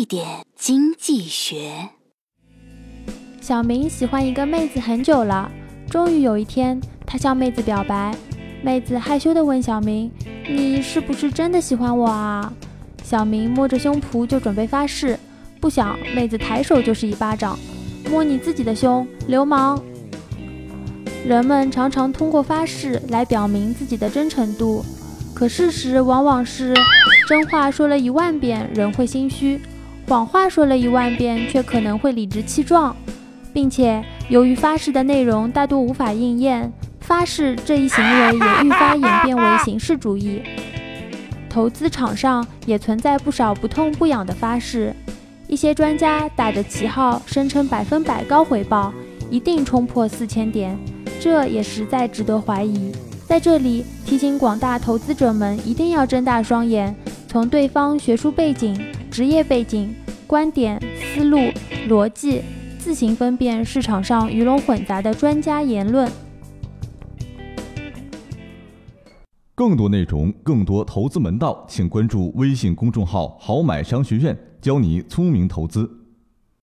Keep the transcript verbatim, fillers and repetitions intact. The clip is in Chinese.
点经济学。 小明喜欢一个妹子很久了，终于有一天，他向妹子表白。妹子害羞地问小明：“你是不是真的喜欢我啊？”小明摸着胸脯就准备发誓，不想妹子抬手就是一巴掌：“摸你自己的胸，流氓！”人们常常通过发誓来表明自己的真诚度，可事实往往是真话说了一万遍人会心虚，谎话说了一万遍却可能会理直气壮，并且由于发誓的内容大多无法应验，发誓这一行为也愈发演变为形式主义。投资场上也存在不少不痛不痒的发誓，一些专家打着旗号声称百分百高回报，一定冲破四千点，这也实在值得怀疑。在这里提醒广大投资者们一定要睁大双眼，从对方学术背景、职业背景、观点、思路、逻辑，自行分辨市场上鱼龙混杂的专家言论。 更多内容，更多投资门道，请关注微信公众号“好买商学院”，教你聪明投资。